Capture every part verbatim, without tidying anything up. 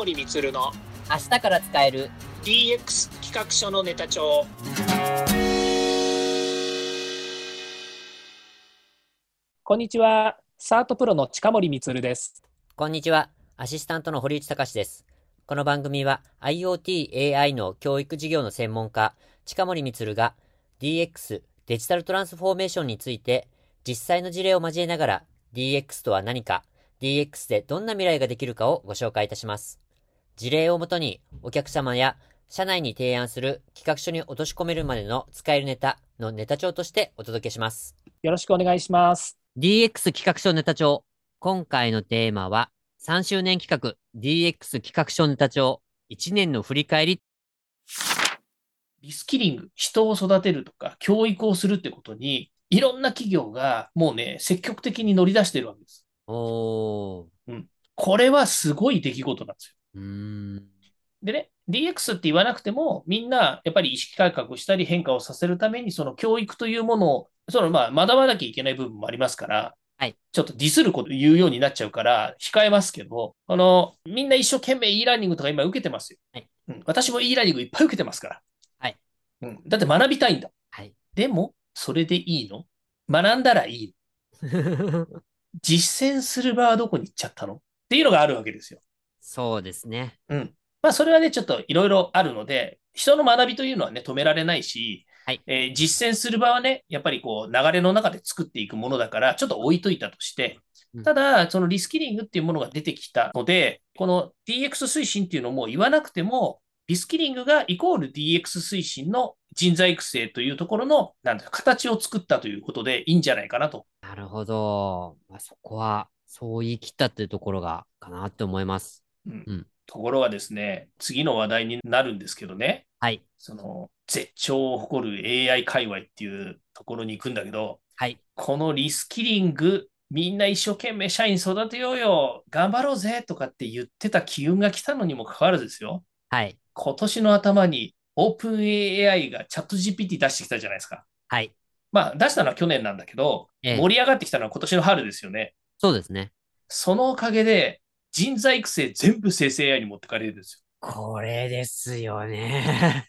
森充の明日から使えるディーエックス 企画書のネタ帳。こんにちは、サートプロの近森充です。 こんにちは、アシスタントの堀内隆です。この番組は IoT、エーアイ の教育事業の専門家、近森充が ディーエックス、デジタルトランスフォーメーションについて実際の事例を交えながら ディーエックス とは何か、ディーエックス でどんな未来ができるかをご紹介いたします。事例をもとにお客様や社内に提案する企画書に落とし込めるまでの使えるネタのネタ帳としてお届けします。 よろしくお願いします。 ディーエックス 企画書ネタ帳。今回のテーマはさんしゅうねん企画 ディーエックス 企画書ネタ帳いちねんの振り返り。 リスキリング、人を育てるとか教育をするってことにいろんな企業がもうね積極的に乗り出してるわけです。 おー。 うん、これはすごい出来事なんですよ。 うーん。 でね、ディーエックス って言わなくても、みんなやっぱり意識改革したり変化をさせるために、その教育というものを、そのまあ学ばなきゃいけない部分もありますから、 はい。 ちょっとディスること言うようになっちゃうから控えますけど、あの、みんな一生懸命 e ラーニングとか今受けてますよ。 はい。 うん、私も e ラーニングいっぱい受けてますから。 はい。 うん、だって学びたいんだ。 はい。 でも、それでいいの？学んだらいいの？実践する場はどこに行っちゃったのっていうのがあるわけですよ。 そうですね。 うん。まあ、それはね、ちょっといろいろあるので、人の学びというのはね、止められないし、 はい。 えー実践する場はね、やっぱりこう、流れの中で作っていくものだから、ちょっと置いといたとして、 うん。 ただ、そのリスキリングっていうものが出てきたので、この ディーエックス 推進っていうのも言わなくても、リスキリングがイコール ディーエックス 推進の人材育成というところの、なんていうか、形を作ったということでいいんじゃないかなと。 なるほど。まあ、そこは、そう言い切ったっていうところが、かなって思います。 うん。 うん。 ところがですね、次の話題になるんですけどね、 はい。 その絶頂を誇る エーアイ 界隈っていうところに行くんだけど、 はい。 このリスキリング、みんな一生懸命社員育てようよ、頑張ろうぜとかって言ってた機運が来たのにもかかわらずですよ、 はい。 今年の頭にオープン エーアイ がチャット ジーピーティー 出してきたじゃないですか。 はい。 まあ出したのは去年なんだけど、 ええ。 盛り上がってきたのは今年の春ですよね。 そうですね。 そのおかげで人材育成全部生成 エーアイ に持ってかれるんですよ。 これですよね。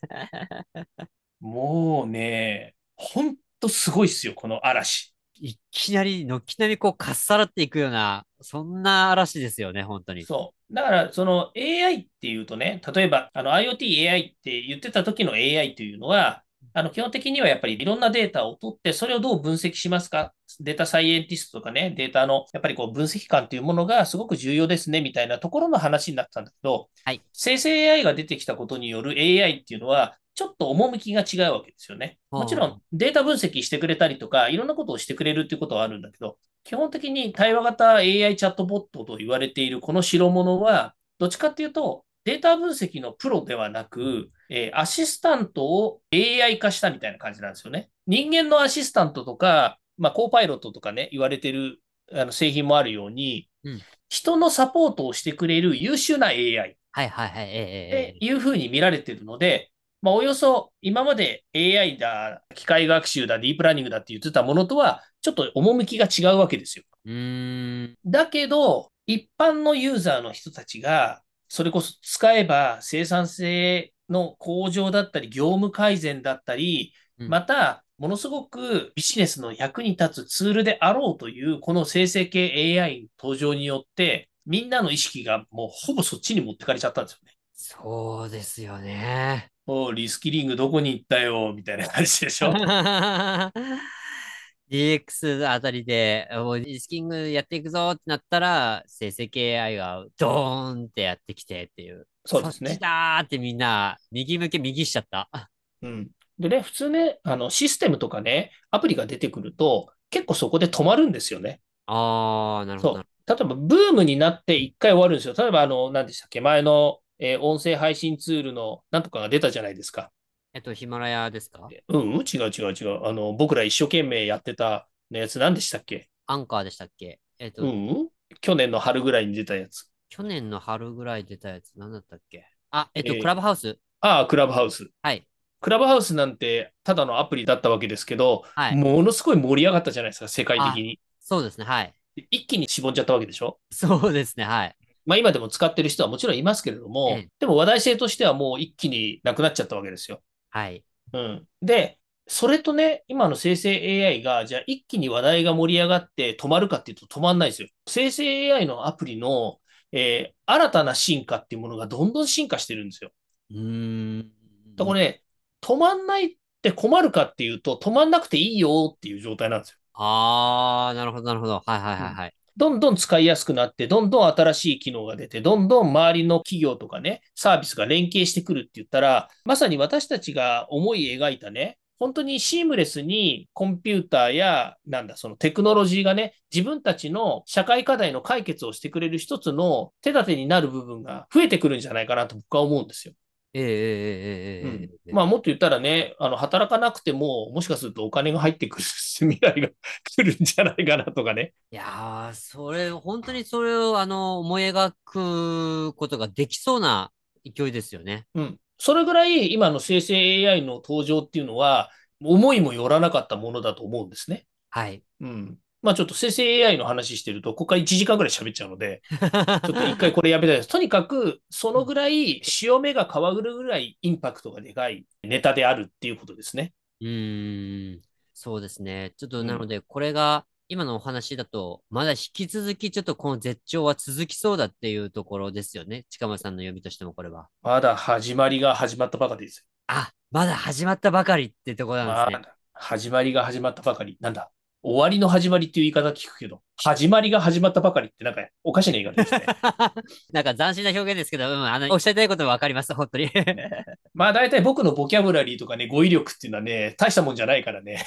もうね、ほんとすごいっすよ、この嵐。 いきなり、軒並みこう、かっさらっていくような、そんな嵐ですよね、本当に。 そう。だから、その エーアイ っていうとね、例えば、あの IoT、エーアイ って言ってた時の エーアイ というのは、あの基本的にはやっぱりいろんなデータを取って、それをどう分析しますか？データサイエンティストとかね、データのやっぱりこう分析官というものがすごく重要ですね、みたいなところの話になったんだけど、 はい。 生成 エーアイ が出てきたことによる エーアイ っていうのは、ちょっと趣が違うわけですよね。もちろんはデータ分析してくれたりとか、いろんなことをしてくれるっていうことはあるんだけど、基本的に対話型 エーアイ チャットボットと言われているこの代物は、どっちかっていうと、データ分析のプロではなく、えーアシスタントを エーアイ 化したみたいな感じなんですよね。人間のアシスタントとか、まあ、コーパイロットとかね、言われてるあの製品もあるように、 うん。 人のサポートをしてくれる優秀な エーアイ。 はいはいはい。ええってええええ。 いうふうに見られているので、まあ、およそ今まで エーアイ だ、機械学習だ、ディープラーニングだって言ってたものとは、ちょっと趣が違うわけですよ。 うーん。 だけど、一般のユーザーの人たちが、それこそ使えば生産性の向上だったり、業務改善だったり、 うん。 また、ものすごくビジネスの役に立つツールであろうという、この生成系 エーアイ 登場によって、みんなの意識がもうほぼそっちに持ってかれちゃったんですよね。 そうですよね。 おうリスキリングどこに行ったよ、みたいな感じでしょ。 ディーエックス あたりで、もうリスキングやっていくぞってなったら、生成系 エーアイ がドーンってやってきてっていう。そっちそうですね。 だーってみんな、右向け右しちゃった。 うん。でね、普通ね、あの、システムとかね、アプリが出てくると、結構そこで止まるんですよね。 あー、なるほどなるそう。例えば、ブームになって一回終わるんですよ。例えば、あの、何でしたっけ、前の、えー音声配信ツールのなんとかが出たじゃないですか。 えっと、ヒマラヤですか？ うん、うん違う違う違う。あの、僕ら一生懸命やってたのやつ何でしたっけ？ アンカーでしたっけ？えっと、 うん、去年の春ぐらいに出たやつ。 去年の春ぐらい出たやつ、なんだったっけ？あ、えっと、クラえーブハウス。 ああ、クラブハウス。 はい。 クラブハウスなんてただのアプリだったわけですけど、 はい。 ものすごい盛り上がったじゃないですか、世界的あ、 に。 そうですね。はい。 一気にしぼんじゃったわけでしょ？ そうですね。はい。 まあ今でも使ってる人はもちろんいますけれども、 ええ、 でも話題性としてはもう一気になくなっちゃったわけですよ。 はい。 うん。で、それとね、今の生成 エーアイ が、じゃあ一気に話題が盛り上がって止まるかっていうと止まんないですよ。生成 エーアイ のアプリの、えー新たな進化っていうものがどんどん進化してるんですよ。 うーん。 だからね、止まんないって困るかっていうと、止まんなくていいよっていう状態なんですよ。 あー、なるほど、なるほど。はいはいうん。 はいはい。 どんどん使いやすくなって、どんどん新しい機能が出て、どんどん周りの企業とかね、サービスが連携してくるって言ったら、まさに私たちが思い描いたね、本当にシームレスにコンピューターや、なんだ、そのテクノロジーがね、自分たちの社会課題の解決をしてくれる一つの手立てになる部分が増えてくるんじゃないかなと僕は思うんですよ。 えええええええうん。 ええええまあ、もっと言ったらね、あの、働かなくても、もしかするとお金が入ってくる未来が来るんじゃないかなとかね。 いやー、それ、本当にそれを、あの、思い描くことができそうな勢いですよね。 うん。それぐらい今の生成 エーアイ の登場っていうのは、思いもよらなかったものだと思うんですね。 はい。 うん。まあちょっと生成 エーアイ の話してると、ここからいちじかんぐらい喋っちゃうので、ちょっと一回これやめたいです。とにかく、そのぐらい、潮目が変わるぐらいインパクトがでかいネタであるっていうことですね。 うーん、そうですね。ちょっと、 うん。 なので、これが、今のお話だと、まだ引き続き、ちょっとこの絶頂は続きそうだっていうところですよね。近間さんの読みとしても、これは。 まだ始まりが始まったばかりです。 あ、まだ始まったばかりってところなんですね。 まあ、始まりが始まったばかり。なんだ。終わりの始まりっていう言い方聞くけど、始まりが始まったばかりってなんかおかしな言い方ですね。 なんか斬新な表現ですけど、うん、あの、おっしゃりたいことはわかります、本当に。 まあ大体僕のボキャブラリーとかね、語彙力っていうのはね、大したもんじゃないからね。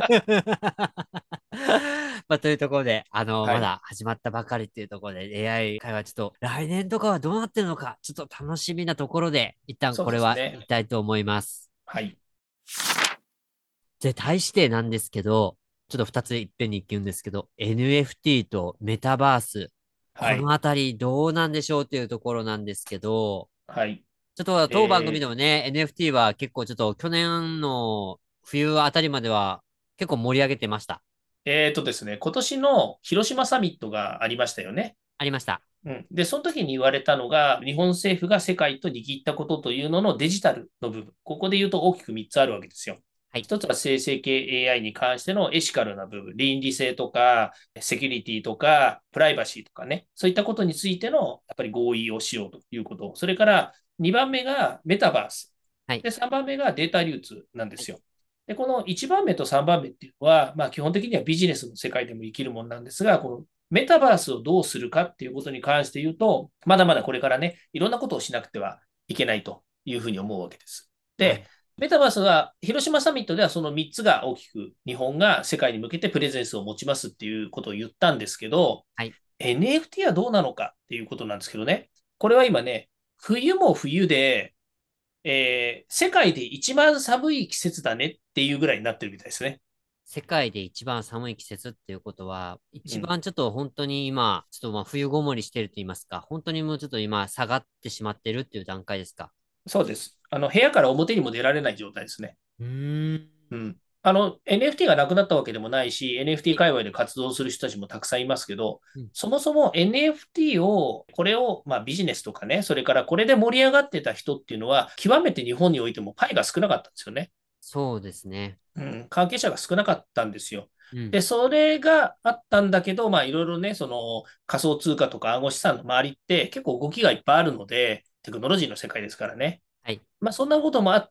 まあ、というところで、あの、 はい。 まだ始まったばかりっていうところで、エーアイ 会話ちょっと、来年とかはどうなってるのか、ちょっと楽しみなところで、一旦そうこれはですね。 言いたいと思います。 はい。 で、対してなんですけど、ちょっと二ついっぺんに言うんですけど、エヌエフティー とメタバース、 はい。 このあたりどうなんでしょうっていうところなんですけど、 はい。 ちょっと当番組でえもね、エヌエフティー は結構ちょっと去年の冬あたりまでは結構盛り上げてました。 ー、えーとですね、今年の広島サミットがありましたよね。 ありました。 うん。で、その時に言われたのが、日本政府が世界と握ったことというののデジタルの部分。ここで言うと大きくみっつあるわけですよ。 はい。 一つは生成系 エーアイ に関してのエシカルな部分、倫理性とか、セキュリティとか、プライバシーとかね、そういったことについてのやっぱり合意をしようということ。それからにばんめがメタバース。 はい。 で、さんばんめがデータ流通なんではい。 すよ。で、このいちばんめとさんばんめっていうのは、まあ基本的にはビジネスの世界でも生きるものなんですが、このメタバースをどうするかっていうことに関して言うと、まだまだこれからね、いろんなことをしなくてはいけないというふうに思うわけです。で、 はい。 メタバースは、広島サミットではそのみっつが大きく日本が世界に向けてプレゼンスを持ちますっていうことを言ったんですけど、 はい。 エヌエフティー はどうなのかっていうことなんですけどね。これは今ね、冬も冬で、えー世界で一番寒い季節だねっていうぐらいになってるみたいですね。 世界で一番寒い季節っていうことは、 うん。 一番ちょっと本当に今、ちょっとまあ冬ごもりしてると言いますか、本当にもうちょっと今下がってしまってるっていう段階ですか？ そうです。あの、部屋から表にも出られない状態ですね。 うーん。 うん。あの、エヌエフティー がなくなったわけでもないし、 はエヌエフティーい。 界隈で活動する人たちもたくさんいますけど、 うん。 そもそも エヌエフティー を、これを、まあビジネスとかね、それからこれで盛り上がってた人っていうのは、極めて日本においてもパイが少なかったんですよね。 そうですね。 うん、関係者が少なかったんですよ。 うん。 で、それがあったんだけど、まあいろいろね、その仮想通貨とか暗号資産の周りって結構動きがいっぱいあるので、テクノロジーの世界ですからね。 はい。 まあ、そんなこともあって、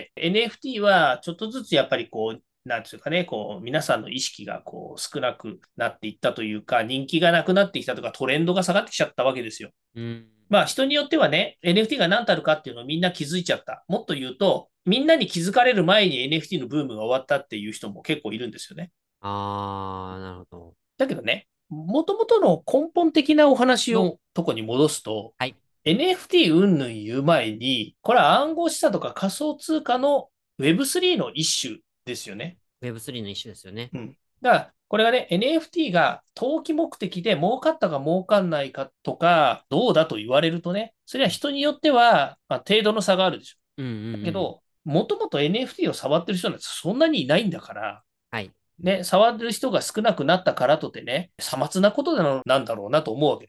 エヌエフティー はちょっとずつやっぱりこう、なんていうかね、こう、皆さんの意識がこう少なくなっていったというか、人気がなくなってきたとか、トレンドが下がってきちゃったわけですよ。 うん。 まあ、人によってはね、エヌエフティー が何たるかっていうのをみんな気づいちゃった。もっと言うと、みんなに気づかれる前に エヌエフティー のブームが終わったっていう人も結構いるんですよね。 あー、なるほど。 だけどね、もともとの根本的なお話のとこに戻すと、 はい。 エヌエフティー 云々言う前に、これは暗号資産とか仮想通貨の ウェブスリー の一種ですよね。 ウェブスリー の一種ですよね。 うん。だから、これがね、エヌエフティー が投機目的で儲かったか儲かんないかとか、どうだと言われるとね、それは人によっては、まあ、程度の差があるでしょ。 うんうんうん。 だけど、もともと エヌエフティー を触ってる人なんてそんなにいないんだから、 はい。 ね、触る人が少なくなったからとてね、さまつなことなのなんだろうなと思うわけですよ。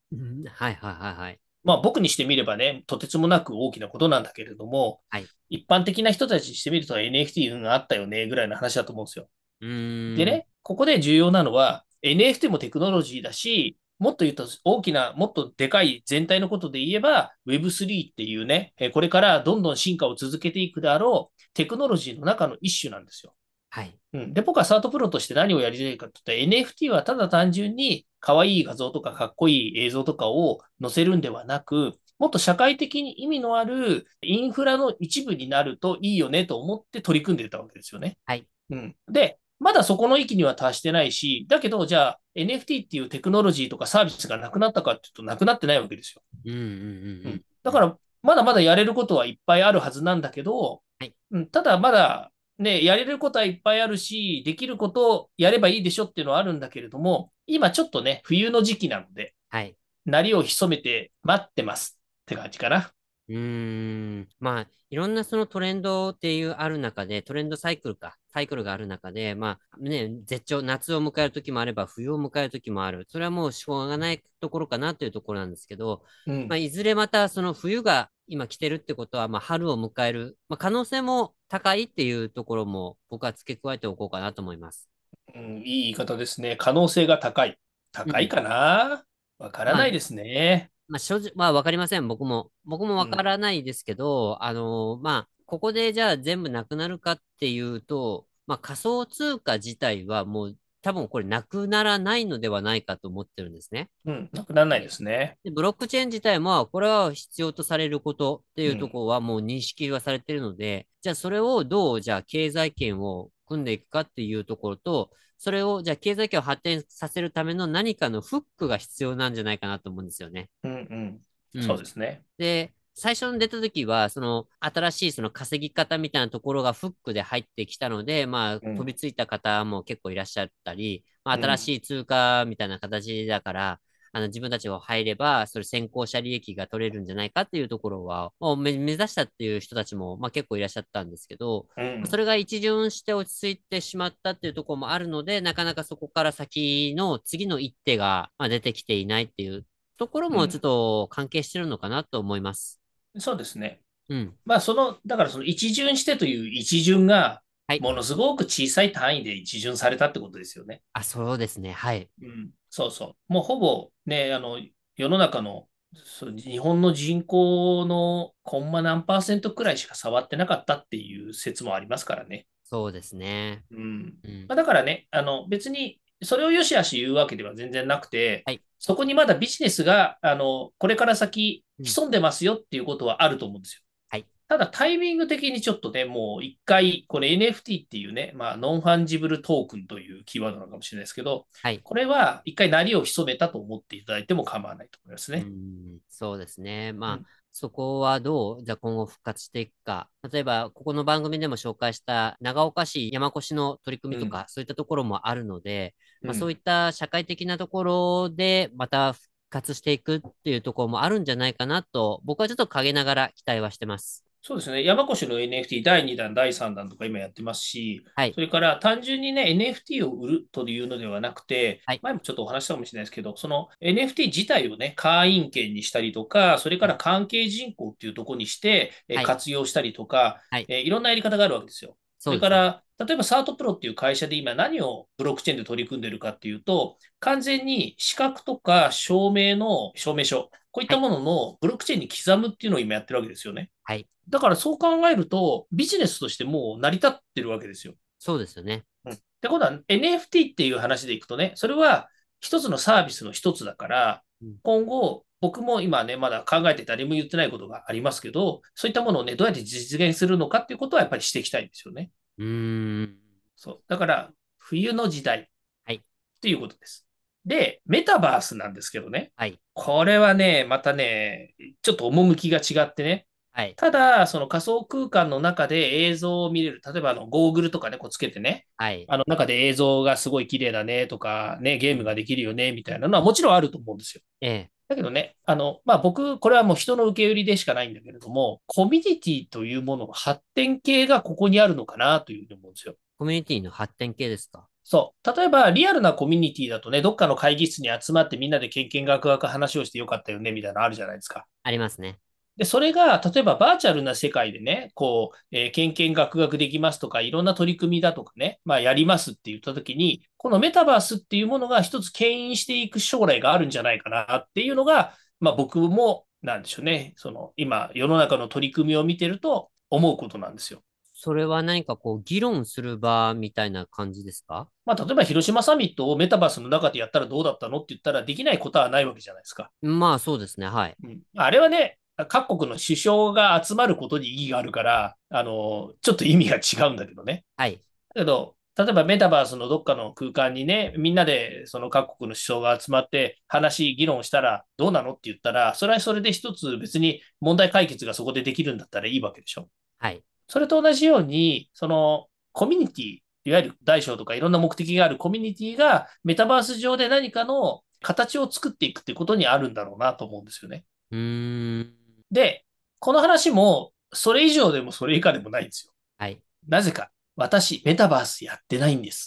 うん、はいはいはいはい。 まあ僕にしてみればね、とてつもなく大きなことなんだけれども、 はい。 一般的な人たちにしてみると エヌエフティー 運があったよね、ぐらいの話だと思うんですよ。 うーん。 でね、ここで重要なのは、エヌエフティー もテクノロジーだし、もっと言うと大きな、もっとでかい全体のことで言えば、ウェブスリー っていうね、これからどんどん進化を続けていくであろうテクノロジーの中の一種なんですよ。 はい。 うん、で、僕はサートプロとして何をやりたいかというと、エヌエフティー はただ単純に可愛い画像とかかっこいい映像とかを載せるんではなく、もっと社会的に意味のあるインフラの一部になるといいよねと思って取り組んでたわけですよね。 はい。 うん。で、まだそこの域には達してないし、だけど、じゃあ エヌエフティー っていうテクノロジーとかサービスがなくなったかっていうと、なくなってないわけですよ。 うんうんうんうん。 うんうん。 だから、まだまだやれることはいっぱいあるはずなんだけど、 はい。 うん、ただまだね、やれることはいっぱいあるし、できることをやればいいでしょっていうのはあるんだけれども、今ちょっとね、冬の時期なので、 はい。 鳴りを潜めて待ってますって感じかな。 うーん。まあ、いろんなそのトレンドっていうある中で、トレンドサイクルか、サイクルがある中で、まあね、絶頂、夏を迎える時もあれば、冬を迎える時もある。それはもうしょうがないところかなというところなんですけど、まあ、 うん。 いずれまたその冬が今来てるってことは、まあ、春を迎える、まあ、可能性も高いっていうところも僕は付け加えておこうかなと思います。 うん、いい言い方ですね。可能性が高い。 うん。 高いかな。わからまあ、 ないですね。 まあ、正直、まあ、わかりません。僕も。僕もわかうん。 らないですけど、あのーまあ、ここでじゃあ全部なくなるかっていうと、まあ、仮想通貨自体はもう多分これなくならないのではないかと思ってるんですね。 うん。なくならないでで、 すね。 でブロックチェーン自体も、これは必要とされることっていうとうん。 ころはもう認識はされているので、じゃあそれをどう、じゃあ経済圏を組んでいくかっていうところと、それを、じゃあ経済圏を発展させるための何かのフックが必要なんじゃないかなと思うんですよね。 うん。うん。 うん。 そうですね。 で、最初に出た時は、その新しいその稼ぎ方みたいなところがフックで入ってきたので、まあ、 うん。 飛びついた方も結構いらっしゃったり、まあ、 うん。 新しい通貨みたいな形だから、あの自分たちが入れば、それ先行者利益が取れるんじゃないかっていうところは、もう目目指したっていう人たちも、まあ、結構いらっしゃったんですけど、 うん。 それが一巡して落ち着いてしまったっていうところもあるので、なかなかそこから先の次の一手が、まあ、出てきていないっていうところもちょっうん。 と関係してるのかなと思います。 そうですね。 うん。 まあ、その、だからその一巡してという一巡が、 はい。 ものすごく小さい単位で一巡されたってことですよね。 あ、そうですね。はい。 うん。そうそう。もうほぼね、あの、世の中の、そう日本の人口のコンマ何パーセントくらいしか触ってなかったっていう説もありますからね。 そうですね。 うん。 うん。 まあ、だからね、あの、別に、それを良し悪し言うわけでは全然なくて、 はい。 そこにまだビジネスが、あの、これから先、 うん。 潜んでますよっていうことはあると思うんですよ。 はい。 ただタイミング的にちょっとね、もう一回、これ エヌエフティー っていうね、まあ、ノンファンジブルトークンというキーワードなのかもしれないですけど、 はい。 これは一回鳴りを潜めたと思っていただいても構わないと思いますうね。 ん。そうですね。まあ、 うん。 そこはどう、じゃあ今後復活していくか。例えば、ここの番組でも紹介した長岡市山越しの取り組みうん。 とか、そういったところもあるので、まあ、そういうん。 った社会的なところでまた復活していくっていうところもあるんじゃないかなと、僕はちょっと陰ながら期待はしてます。 そうですね。山越の エヌエフティー だいにだん、だいさんだんとか今やってますし、 はい。 それから単純にね、エヌエフティー を売るというのではなくて、 はい。 前もちょっとお話ししたかもしれないですけど、その エヌエフティー 自体をね、会員権にしたりとか、それかはい。 ら関係人口っていうところにして、えはい。 活用したりとか、 はい。 えいろんなやり方があるわけですよ。そそうですね。 れから、例えばサートプロっていう会社で今何をブロックチェーンで取り組んでいるかっていうと、完全に資格とか証明の証明書、こういっはい。 たもののブロックチェーンに刻むっていうのを今やってるわけですよね。 はい。 だからそう考えると、ビジネスとしてもう成り立ってるわけですよ。 そうですよね。 うん。ってことは、エヌエフティー っていう話でいくとね、それは一つのサービスの一つだから、 うん。 今後、僕も今ね、まだ考えて誰も言ってないことがありますけど、そういったものをね、どうやって実現するのかっていうことはやっぱりしていきたいんですよね。 うーん。 そう。だから、冬の時代はい。 っていうことです。で、メタバースなんですけどね、 はい。 これはね、またね、ちょっと趣が違ってね、 はい。 ただ、その仮想空間の中で映像を見れる。例えば、あの、ゴーグルとかね、こうつけてね、 はい。 あの中で映像がすごい綺麗だねとか、ね、ゲうん。 ームができるよね、みたいなのはもちろんあると思うんですよ。 ええ。 だけどね、あの、まあ、僕、これはもう人の受け売りでしかないんだけれども、コミュニティというものの発展系がここにあるのかなというふうに思うんですよ。 コミュニティの発展系ですか？ そう。例えば、リアルなコミュニティだとね、どっかの会議室に集まってみんなでけんけんがくがく話をしてよかったよね、みたいなのあるじゃないですか。 ありますね。 で、それが、例えばバーチャルな世界でね、こう、えー、けんけんがくがくできますとか、いろんな取り組みだとかね、まあ、やりますって言ったときに、このメタバースっていうものが一つ牽引していく将来があるんじゃないかなっていうのが、まあ、僕も、なんでしょうね、その、今、世の中の取り組みを見てると思うことなんですよ。 それは何かこう、議論する場みたいな感じですか？ まあ、例えば広島サミットをメタバースの中でやったらどうだったのって言ったら、できないことはないわけじゃないですか。 まあそうですね。はい。 うん、あれはね、各国の首相が集まることに意義があるから、あの、ちょっと意味が違うんだけどね。 はい。 だけど、例えばメタバースのどっかの空間にね、みんなでその各国の首相が集まって話、議論したらどうなのって言ったら、それはそれで一つ別に問題解決がそこでできるんだったらいいわけでしょ。 はい。 それと同じように、そのコミュニティ、いわゆる大小とかいろんな目的があるコミュニティがメタバース上で何かの形を作っていくっていうことにあるんだろうなと思うんですよね。 うーん。 で、この話もそれ以上でもそれ以下でもないんですよ。 はい。 なぜか、私、メタバースやってないんです。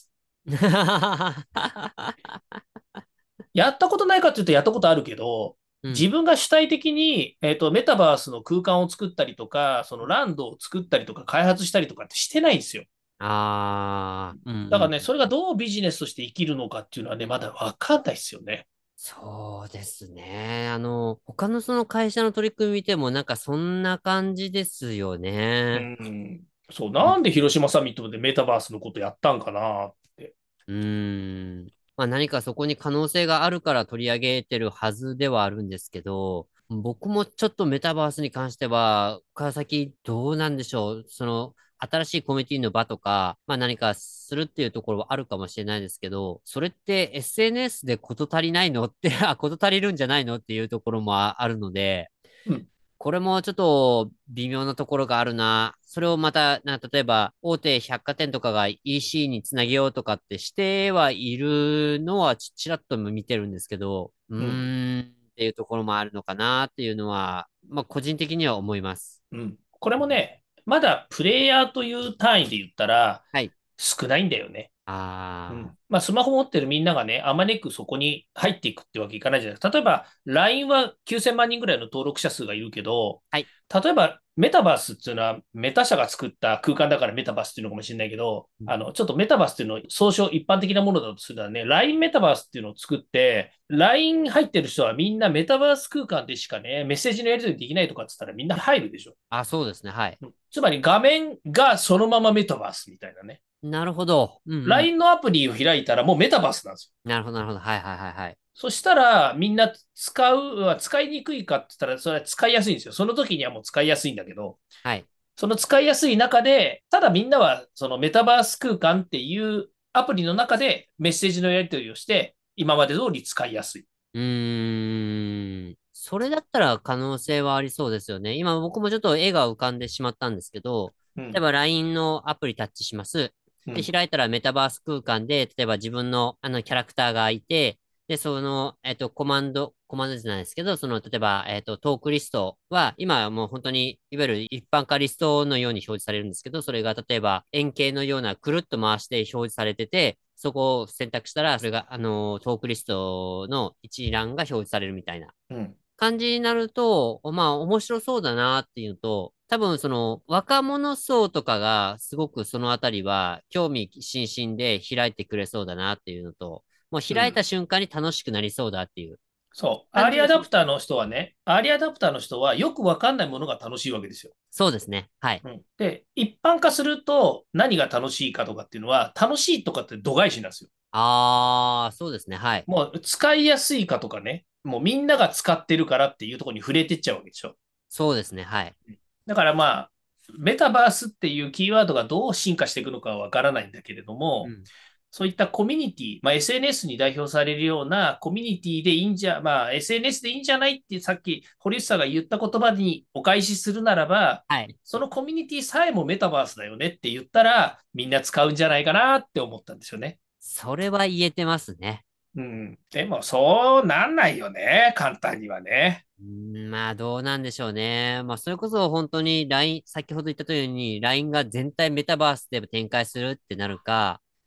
やったことないかっていうとやったことあるけど、 うん。 自分が主体的に、えっと、メタバースの空間を作ったりとか、そのランドを作ったりとか開発したりとかってしてないんですよ。 ああ、うんだからね、 うん。 それがどうビジネスとして生きるのかっていうのはね、まだわかんないですよね。 そうですね。あの、他のその会社の取り組み見てもなんかそんな感じですようね。 ん。そう、 うん。 なんで広島サミットでメタバースのことやったんかなって。 うーん。まあ何かそこに可能性があるから取り上げてるはずではあるんですけど、僕もちょっとメタバースに関しては、川崎どうなんでしょう。その、新しいコミュニティの場とか、まあ何かするっていうところはあるかもしれないですけど、それって エスエヌエス で事足りないのって、あ、事足りるんじゃないのっていうところもああるので、 うん。 これもちょっと微妙なところがあるな。それをまた、な、例えば、大手百貨店とかが イーシー につなげようとかってしてはいるのはちちらっと見てるんですけど、ううん。 ーんっていうところもあるのかなっていうのは、まあ個人的には思います。 うん。これもね、まだプレイヤーという単位で言ったらはい。 少ないんだよね。うあん。まあ、スマホ持ってるみんながね、あまねくそこに入っていくってわけいかないじゃないですか。例えば、ライン はきゅうせんまん人ぐらいの登録者数がいるけど、 あ、はい。 例えば、メタバースっていうのは、メタ社が作った空間だからメタバースっていうのかもしれないけど、あの、ちょっとメタバースっていうのを総称一般的なものだとするならね、ライン メタバースっていうのを作って、ライン 入ってる人はみんなメタバース空間でしかね、メッセージのやり取りできないとかって言ったらみんな入るでしょ。 あ、そうですね。はい。 うんつまり画面がそのままメタバースみたいなね。 なるほど。うんうん。 ライン のアプリを開いたらもうメタバースなんですよ。 なるほど、なるほど。はいはいはいはい。 そしたら、みんな使う、使いにくいかって言ったら、それは使いやすいんですよ。その時にはもう使いやすいんだけど、 はい。 その使いやすい中で、ただみんなはそのメタバース空間っていうアプリの中でメッセージのやり取りをして、今まで通り使いやすい。 うーん。それだったら可能性はありそうですよね。今僕もちょっと絵が浮かんでしまったんですけど、 うん、 例えば ライン のアプリタッチします。で、 うん、 開いたらメタバース空間で、例えば自分のあのキャラクターがいて、で、その、えっと、コマンド、コマンドじゃないですけど、その、例えば、えっと、トークリストは、今はもう本当に、いわゆる一般化リストのように表示されるんですけど、それが例えば円形のようなくるっと回して表示されてて、そこを選択したら、それが、あの、トークリストの一覧が表示されるみたいなうん、 感じになると、まあ、面白そうだなっていうのと、多分、その、若者層とかが、すごくそのあたりは、興味津々で開いてくれそうだなっていうのと、もう開いたうん。 瞬間に楽しくなりそうだっていうそう。アーリーア感じがします。 ダプターの人はね、アーリーアダプターの人はよくわかんないものが楽しいわけですよ。 そうですね。はい。 うん、で、一般化すると何が楽しいかとかっていうのは、楽しいとかって度外視なんですよ。 あー、そうですね。はい。 もう使いやすいかとかね、もうみんなが使ってるからっていうところに触れてっちゃうわけでしょ。 そうですね。はい。 だからまあ、メタバースっていうキーワードがどう進化していくのかはわからないんだけれども、 うん。 そういったコミュニティ、まあ、エスエヌエス に代表されるようなコミュニティでいいんじゃ、まあ エスエヌエス でいいんじゃないってさっき堀内さんが言った言葉にお返しするならば、 はい。 そのコミュニティさえもメタバースだよねって言ったら、みんな使うんじゃないかなって思ったんですよね。 それは言えてますね。 うん。でもそうなんないよね。簡単にはね。 うーん、まあ、どうなんでしょうね。まあ、それこそ本当に ライン、先ほど言ったように、ライン が全体メタバースで展開するってなるか、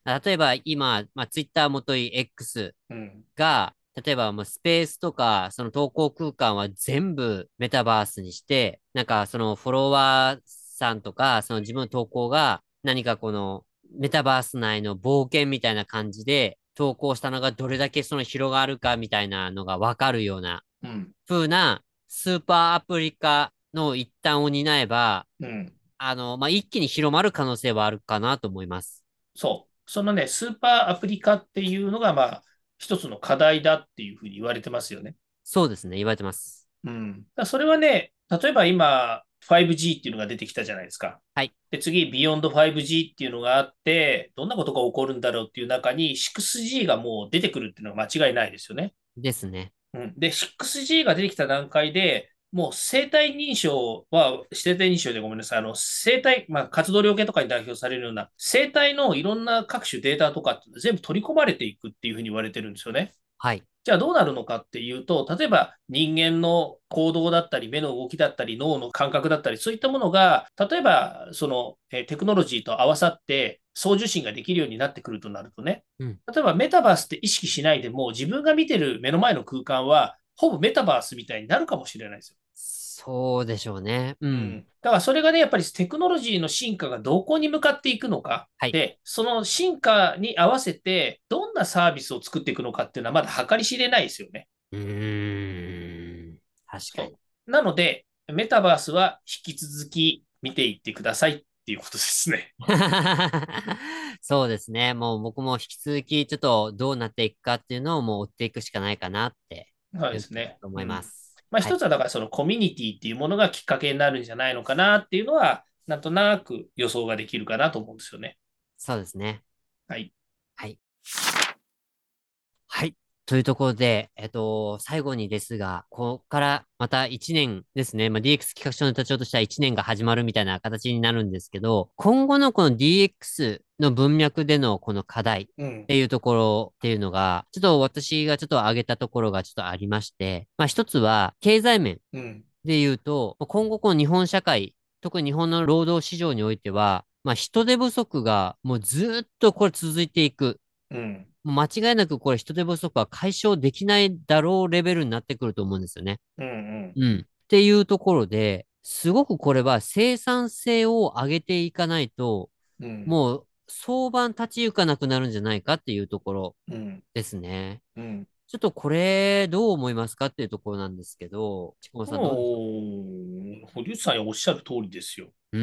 例えば今、まあ、ツイッターもとい X うん。 が、例えばもうスペースとか、その投稿空間は全部メタバースにして、なんかそのフォロワーさんとか、その自分の投稿が何かこのメタバース内の冒険みたいな感じで投稿したのがどれだけその広がるかみたいなのがわかるようなうん。 風なスーパーアプリ化の一端を担えば、 うん。 あの、まあ、一気に広まる可能性はあるかなと思います。 そう。そのね、スーパーアプリ化っていうのが、まあ、一つの課題だっていうふうに言われてますよね。 そうですね、言われてます。 うん。だからそれはね、例えば今、ファイブジー っていうのが出てきたじゃないですか。 はい。 で、次、ビヨンド ファイブジー っていうのがあって、どんなことが起こるんだろうっていう中に シックスジー がもう出てくるっていうのが間違いないですよね。 ですね。 うん。で、シックスジー が出てきた段階で、もう生体認証は、生体認証でごめんなさい。あの、生体、まあ、活動量計とかに代表されるような、生体のいろんな各種データとかって全部取り込まれていくっていうふうに言われてるんですよね。 はい。 じゃあどうなるのかっていうと、例えば人間の行動だったり、目の動きだったり、脳の感覚だったり、そういったものが、例えばそのえーテクノロジーと合わさって送受信ができるようになってくるとなるとね、 うん。 例えばメタバースって意識しないでも、自分が見てる目の前の空間は、ほぼメタバースみたいになるかもしれないですよ。 そうでしょうね。うん。 うん。だからそれがね、やっぱりテクノロジーの進化がどこに向かっていくのか。 はい。 で、その進化に合わせて、どんなサービスを作っていくのかっていうのはまだ計り知れないですよね。 うーん。確かに。 そう。なので、メタバースは引き続き見ていってくださいっていうことですね。 そうですね。もう僕も引き続きちょっとどうなっていくかっていうのをもう追っていくしかないかなってそういうふうにですね。 思いまうん。 す。 まあはい。 一つはだからそのコミュニティっていうものがきっかけになるんじゃないのかなっていうのは、なんとなく予想ができるかなと思うんですよね。 そうですね。 はい。 はい。はい。というところで、えっと、最後にですが、ここからまたいちねんですね。まあ、ディーエックス 企画書の立ち上としてはいちねんが始まるみたいな形になるんですけど、今後のこの ディーエックス の文脈でのこの課題っうん。 ていうところっていうのが、ちょっと私がちょっと挙げたところがちょっとありまして、まあ一つは経済面うん。 で言うと、今後この日本社会、特に日本の労働市場においては、まあ人手不足がもうずっとこれ続いていく。 うん。 もう間違いなくこれ人手不足は解消できないだろうレベルになってくると思うんですよね。 うん。うん。 うん。っていうところで、すごくこれは生産性を上げていかないと、 うん。 もう相場立ち行かなくなるんじゃないかっていうところうん。 ですね。 うん。 ちょっとこれどう思いますかっていうところなんですけど、ちくまさんどうでしょもう、堀内さんおっしゃる通りですよ。 う？うん。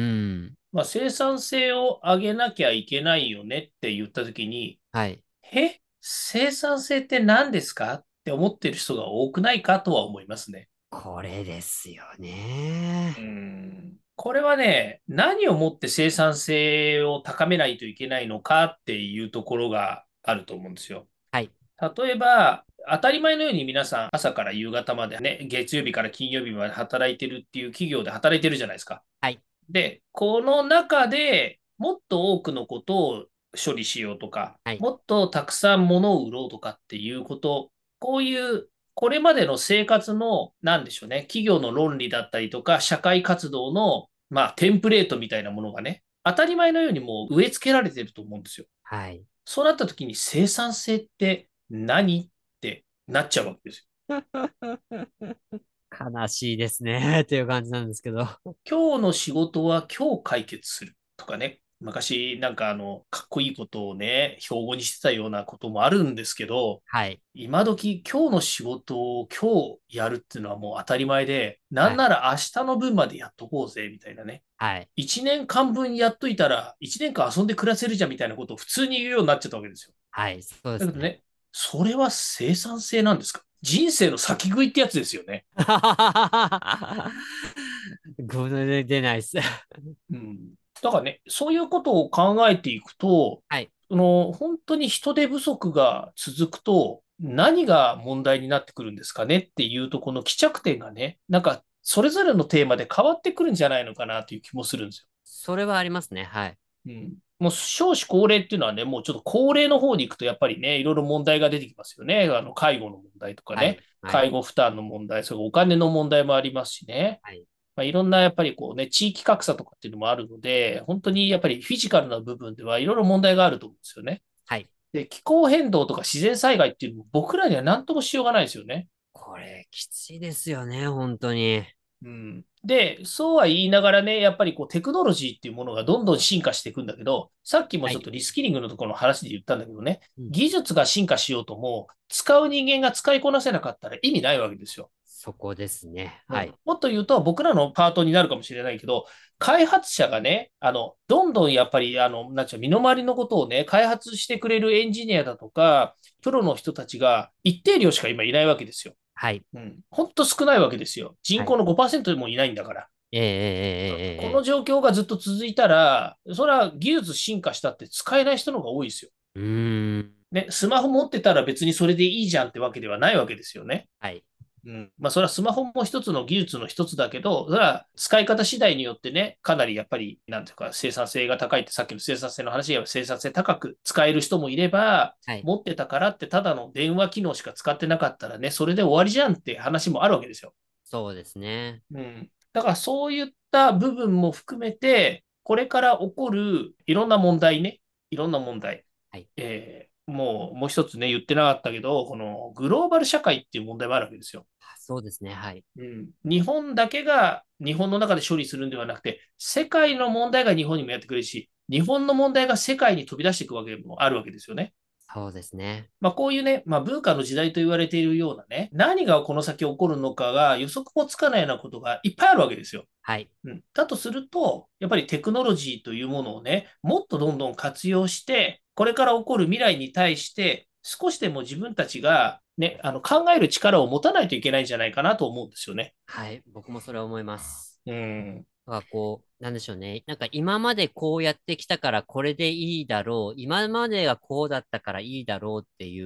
まあ、生産性を上げなきゃいけないよねって言ったときに、 はい。 え、生産性って何ですかって思ってる人が多くないかとは思いますね。 これですようね。 ん。これはね、何をもって生産性を高めないといけないのかっていうところがあると思うんですよ。 はい。 例えば、当たり前のように皆さん朝から夕方までね、月曜日から金曜日まで働いてるっていう企業で働いてるじゃないですか。 はい。 で、この中でもっと多くのことを処理しようとか、 はい。 もっとたくさん物を売ろうとかっていうこと、こういうこれまでの生活の、なんでしょうね、企業の論理だったりとか、社会活動の、まあ、テンプレートみたいなものがね、当たり前のようにもう植え付けられてると思うんですよ。 はい。 そうなった時に生産性って何ってなっちゃうわけです悲しいですね。っていう感じなんですけど。 よ。今日の仕事は今日解決するとかね。昔なんかあの、かっこいいことをね、標語にしてたようなこともあるんですけど、 はい。 今時今日の仕事を今日やるっていうのはもう当たり前で、なはい。 んなら明日の分までやっとこうぜみたいなね。 はい。 一年間分やっといたら、一年間遊んで暮らせるじゃんみたいなことを普通に言うようになっちゃったわけですよ。 はい。そうですね。 だけどね、それは生産性なんですか？人生の先食いってやつですよね。 ごめんで出ないです。 うん。だからね、そういうことを考えていくと、 はい。 その本当に人手不足が続くと、何が問題になってくるんですかねっていうと、この帰着点がね、なんかそれぞれのテーマで変わってくるんじゃないのかなという気もするんですよ。 それはありますね。はい。 うん。もう少子高齢っていうのはね、もうちょっと高齢の方に行くと、やっぱりね、いろいろ問題が出てきますよね。あの介護の問題とかね、 はい。はい。 介護負担の問題、それからお金の問題もありますしね。 はい。 まあ、いろんなやっぱりこうね、地域格差とかっていうのもあるので、本当にやっぱりフィジカルな部分ではいろいろ問題があると思うんですよね。 はい。 で、気候変動とか自然災害っていうのも僕らには何ともしようがないですよね。 これ、きついですよね、本当に。 うん。で、そうは言いながらね、やっぱりこうテクノロジーっていうものがどんどん進化していくんだけど、さっきもはい。 ちょっとリスキリングのところの話で言ったんだけどね、 うん。 技術が進化しようとも、使う人間が使いこなせなかったら意味ないわけですよ。 そこですね。 うん、 はい。 もっと言うと、僕らのパートになるかもしれないけど、開発者がね、あの、どんどんやっぱり、あの、なんちゅう、身の回りのことをね、開発してくれるエンジニアだとか、プロの人たちが一定量しか今いないわけですよ。 はい。 うん。ほんと少ないわけですよ。人はい。 口のごパーセントでもいないんだから。 ええええええええ。 この状況がずっと続いたら、それは技術進化したって使えない人の方が多いですよ。 うーん。 ね、スマホ持ってたら別にそれでいいじゃんってわけではないわけですよね。 はい。 うん。まあ、それはスマホも一つの技術の一つだけど、それは使い方次第によってね、かなりやっぱり、なんていうか、生産性が高いって、さっきの生産性の話で生産性高く使える人もいれば、 はい。 持ってたからってただの電話機能しか使ってなかったらね、それで終わりじゃんって話もあるわけですよ。 そうですね。 うん。だからそういった部分も含めて、これから起こるいろんな問題ね、いろんな問題。 はい。 えーもう、もう一つね、言ってなかったけど、このグローバル社会っていう問題もあるわけですよ。 あ、そうですね。はい。 うん、日本だけが日本の中で処理するんではなくて、世界の問題が日本にもやってくれるし、日本の問題が世界に飛び出していくわけもあるわけですよね。 そうですね。 まあ、こういうね、まあ、文化の時代と言われているようなね、何がこの先起こるのかが予測もつかないようなことがいっぱいあるわけですよ。 はい。 うん、だとすると、やっぱりテクノロジーというものをね、もっとどんどん活用して、これから起こる未来に対して、少しでも自分たちが、ね、あの考える力を持たないといけないんじゃないかなと思うんですよね。 はい。僕もそれ思います。 うん。 なんかこう、なんでしょうね。なんか今までこうやってきたからこれでいいだろう。今までがこうだったからいいだろうっていう。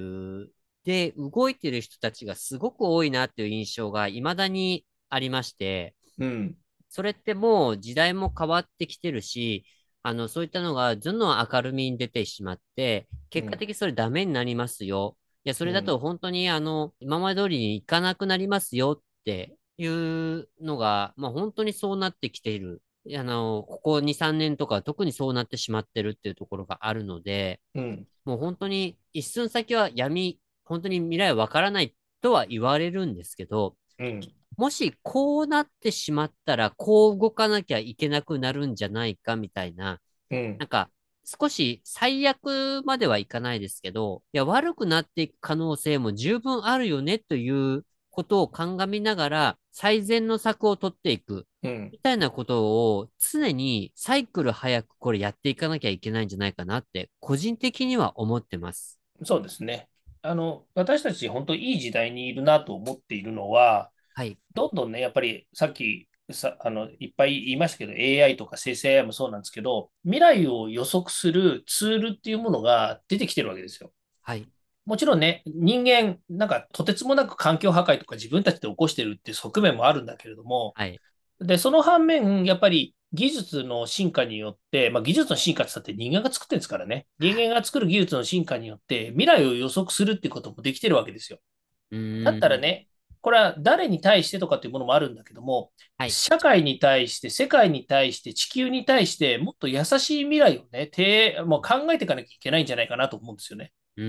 で、動いてる人たちがすごく多いなっていう印象が未だにありまして、 うん。 それってもう時代も変わってきてるし、あの、そういったのがどんどん明るみに出てしまって、結果うん。 的にそれダメになりますよ。いや、それだとうん。 本当にあの、今まで通りにいかなくなりますよっていうのが、まあ本当にそうなってきている。あの、ここに、さんねんとか特にそうなってしまってるっていうところがあるので、 うん。 もう本当に一寸先は闇、本当に未来はわからないとは言われるんですけど、 うん。 もしこうなってしまったら、こう動かなきゃいけなくなるんじゃないかみたいな、 うん。 なんか、少し最悪まではいかないですけど、いや、悪くなっていく可能性も十分あるよねということを鑑みながら、最善の策を取っていく。 うん。 みたいなことを常にサイクル早くこれやっていかなきゃいけないんじゃないかなって個人的には思ってます。 そうですね。あの、私たち本当いい時代にいるなと思っているのは、 はい。 どんどんね、やっぱりさっきさ、あの、いっぱい言いましたけど、エーアイ とか生成 エーアイ もそうなんですけど、未来を予測するツールっていうものが出てきてるわけですよ。 はい。 もちろんね、人間、なんかとてつもなく環境破壊とか自分たちで起こしてるっていう側面もあるんだけれども、 はい。 で、その反面、やっぱり技術の進化によって、まあ、技術の進化って言ったって人間が作ってるんですからね。人間が作る技術の進化によって未来を予測するってこともできてるわけですよ。 うだっーん。 たらね、これは誰に対してとかっていうものもあるんだけども、 はい。 社会に対して、世界に対して、地球に対して、もっと優しい未来をね、てもう考えていかなきゃいけないんじゃないかなと思うんですよね。 う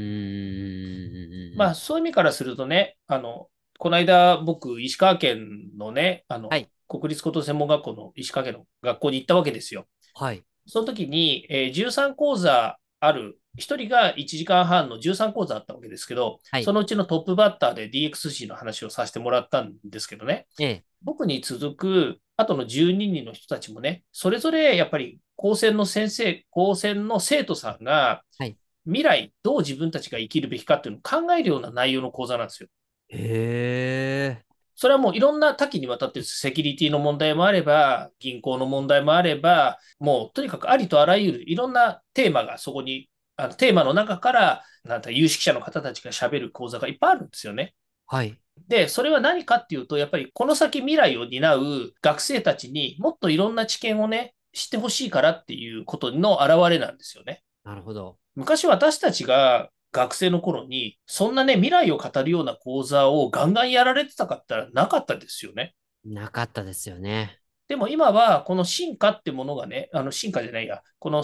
ーん。 まあ、そういう意味からするとね、あの、この間、僕、石川県のね、あの、 はい。 国立高等専門学校の石川県の学校に行ったわけですよ。 はい。 その時に、えーじゅうさん講座ある、ひとりがいちじかんはんのじゅうさん講座あったわけですけど、 はい。 そのうちのトップバッターで ディーエックスシー の話をさせてもらったんですけどね、 ええ。 僕に続く後のじゅうににんの人たちもね、それぞれやっぱり高専の先生、高専の生徒さんがはい。 未来どう自分たちが生きるべきかっていうのを考えるような内容の講座なんですよ。 へえ。 それはもういろんな多岐にわたってセキュリティの問題もあれば、銀行の問題もあれば、もうとにかくありとあらゆるいろんなテーマがそこに、あのテーマの中から、なんて有識者の方たちが喋る講座がいっぱいあるんですよね。 はい。 で、それは何かっていうと、やっぱりこの先未来を担う学生たちにもっといろんな知見をね、知ってほしいからっていうことの表れなんですよね。 なるほど。 昔私たちが学生の頃に、そんなね、未来を語るような講座をガンガンやられてたかったらなかったですよね。 なかったですよね。 でも今は、この進化ってものがね、あの進化じゃないや、この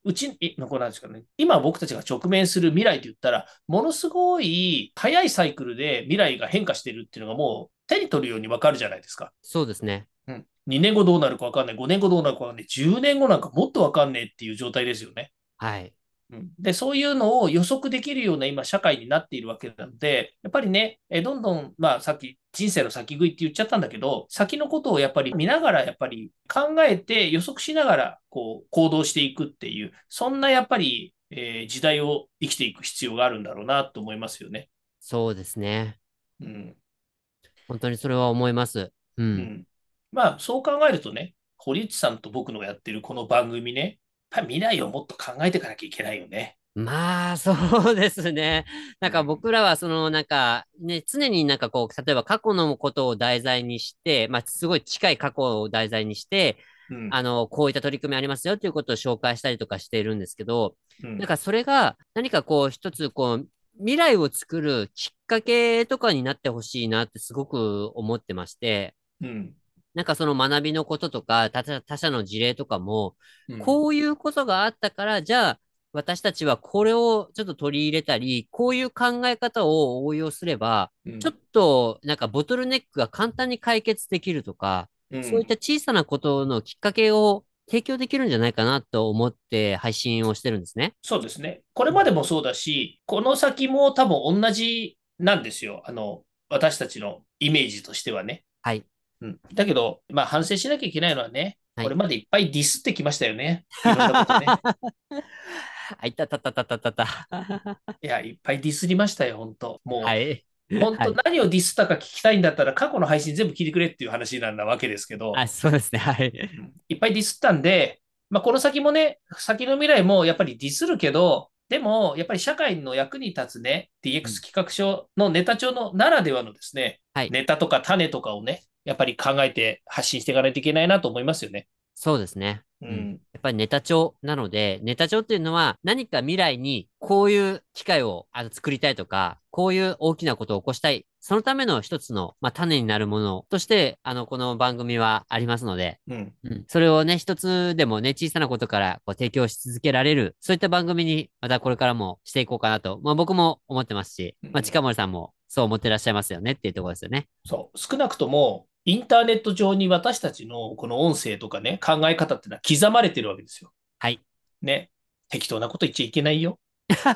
うち、いこうなんですかね、今僕たちが直面する未来と言ったら、ものすごい早いサイクルで未来が変化してるっていうのがもう手に取るようにわかるじゃないですか。 そうですね。 うん。にねんごどうなるかわかんない、ごねんごどうなるかわかんない、じゅうねんごなんかもっとわかんないっていう状態ですよね。 はい。 うん、で、そういうのを予測できるような今、社会になっているわけなので、やっぱりね、えどんどん、まあ、さっき人生の先食いって言っちゃったんだけど、先のことをやっぱり見ながら、やっぱり考えて予測しながら、こう、行動していくっていう、そんなやっぱり、えー時代を生きていく必要があるんだろうなと思いますよね。 そうですね。 うん。 本当にそれは思います。うん。 うん。まあ、そう考えるとね、堀内さんと僕のやってるこの番組ね、やっぱり未来をもっと考えていかなきゃいけないよね。 まあ、そうですね。なんかうん。 僕らは、その、なんか、ね、常になんかこう、例えば過去のことを題材にして、まあ、すごい近い過去を題材にして、 うん。 あの、こういった取り組みありますよということを紹介したりとかしているんですけど、 うん。 なんかそれが何かこう、一つこう、未来を作るきっかけとかになってほしいなってすごく思ってまして、 うん。 なんかその学びのこととか、他者他者の事例とかも、 うん。 こういうことがあったから、じゃあ、私たちはこれをちょっと取り入れたり、こういう考え方を応用すれば、ちょっうん。 となんかボトルネックが簡単に解決できるとか、そういったうん。 小さなことのきっかけを提供できるんじゃないかなと思って配信をしてるんですね。 そうですね。これうん。 までもそうだし、この先も多分同じなんですよ。あの、私たちのイメージとしてはね。 はい。 うん。だけど、まあ反省しなきゃいけないのはね、 はい。 これまでいっぱいディスってきましたよね。いろんなことね。 あ、いたたたたたたた。 いや、いっぱいディスりましたよ、本当もはい。 う、本はい。 当何をディスったか聞きたいんだったら過去の配信全部聞いてくれっていう話なんだわけですけど、 あ、そうですね。はい。 うん、いっぱいディスったんで、まあ、この先もね、先の未来もやっぱりディスるけど、でも、やっぱり社会の役に立つね、 うん。 ディーエックス 企画書のネタ帳のならではのですね、 はい。 ネタとか種とかをね、やっぱり考えて発信していかないといけないなと思いますよね。 そうですね。うん。 うん。 やっぱりネタ帳なので、ネタ帳っていうのは何か未来にこういう機会をあの作りたいとか、こういう大きなことを起こしたい。そのための一つの、まあ、種になるものとして、あの、この番組はありますので、 うん。 うん。それをね、一つでもね、小さなことからこう提供し続けられる、そういった番組にまたこれからもしていこうかなと、まあ僕も思ってますし、まあうん。 近森さんもそう思ってらっしゃいますよねっていうところですよね。 そう。少なくとも、インターネット上に私たちのこの音声とかね、考え方っていうのは刻まれてるわけですよ。 はい。 ね。適当なこと言っちゃいけないよ。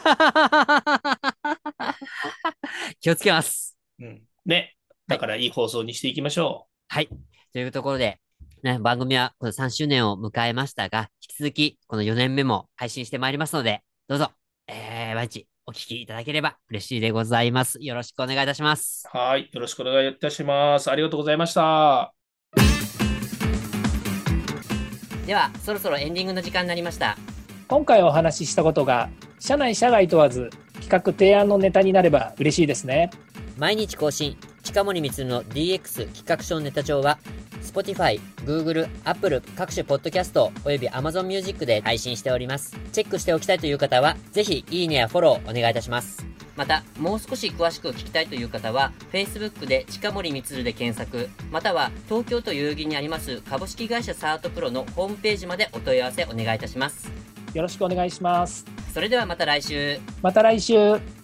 気をつけます。 うん。ね。 はい。 だからいい放送にしていきましょはい。というところで、ね、番組はこのさんしゅうねんを迎えましたが、引き続きこのよねんめも配信してまいりますので、どうぞ、えー、毎日お聞きいただければ嬉しいでございます。よろしくお願いいたします。 う。はい。よろしくお願いいたします。ありがとうございました。 では、そろそろエンディングの時間になりました。 今回お話ししたことが社内社外問わず企画提案のネタになれば嬉しいですね。 毎日更新、近森光の ディーエックス 企画書ネタ帳は、Spotify、Google、Apple 各種ポッドキャストおよび Amazon Music で配信しております。チェックしておきたいという方は、ぜひいいねやフォローお願いいたします。また、もう少し詳しく聞きたいという方は、Facebook で近森光で検索、または東京都代々木にあります株式会社サートプロのホームページまでお問い合わせお願いいたします。 よろしくお願いします。 それではまた来週。 また来週。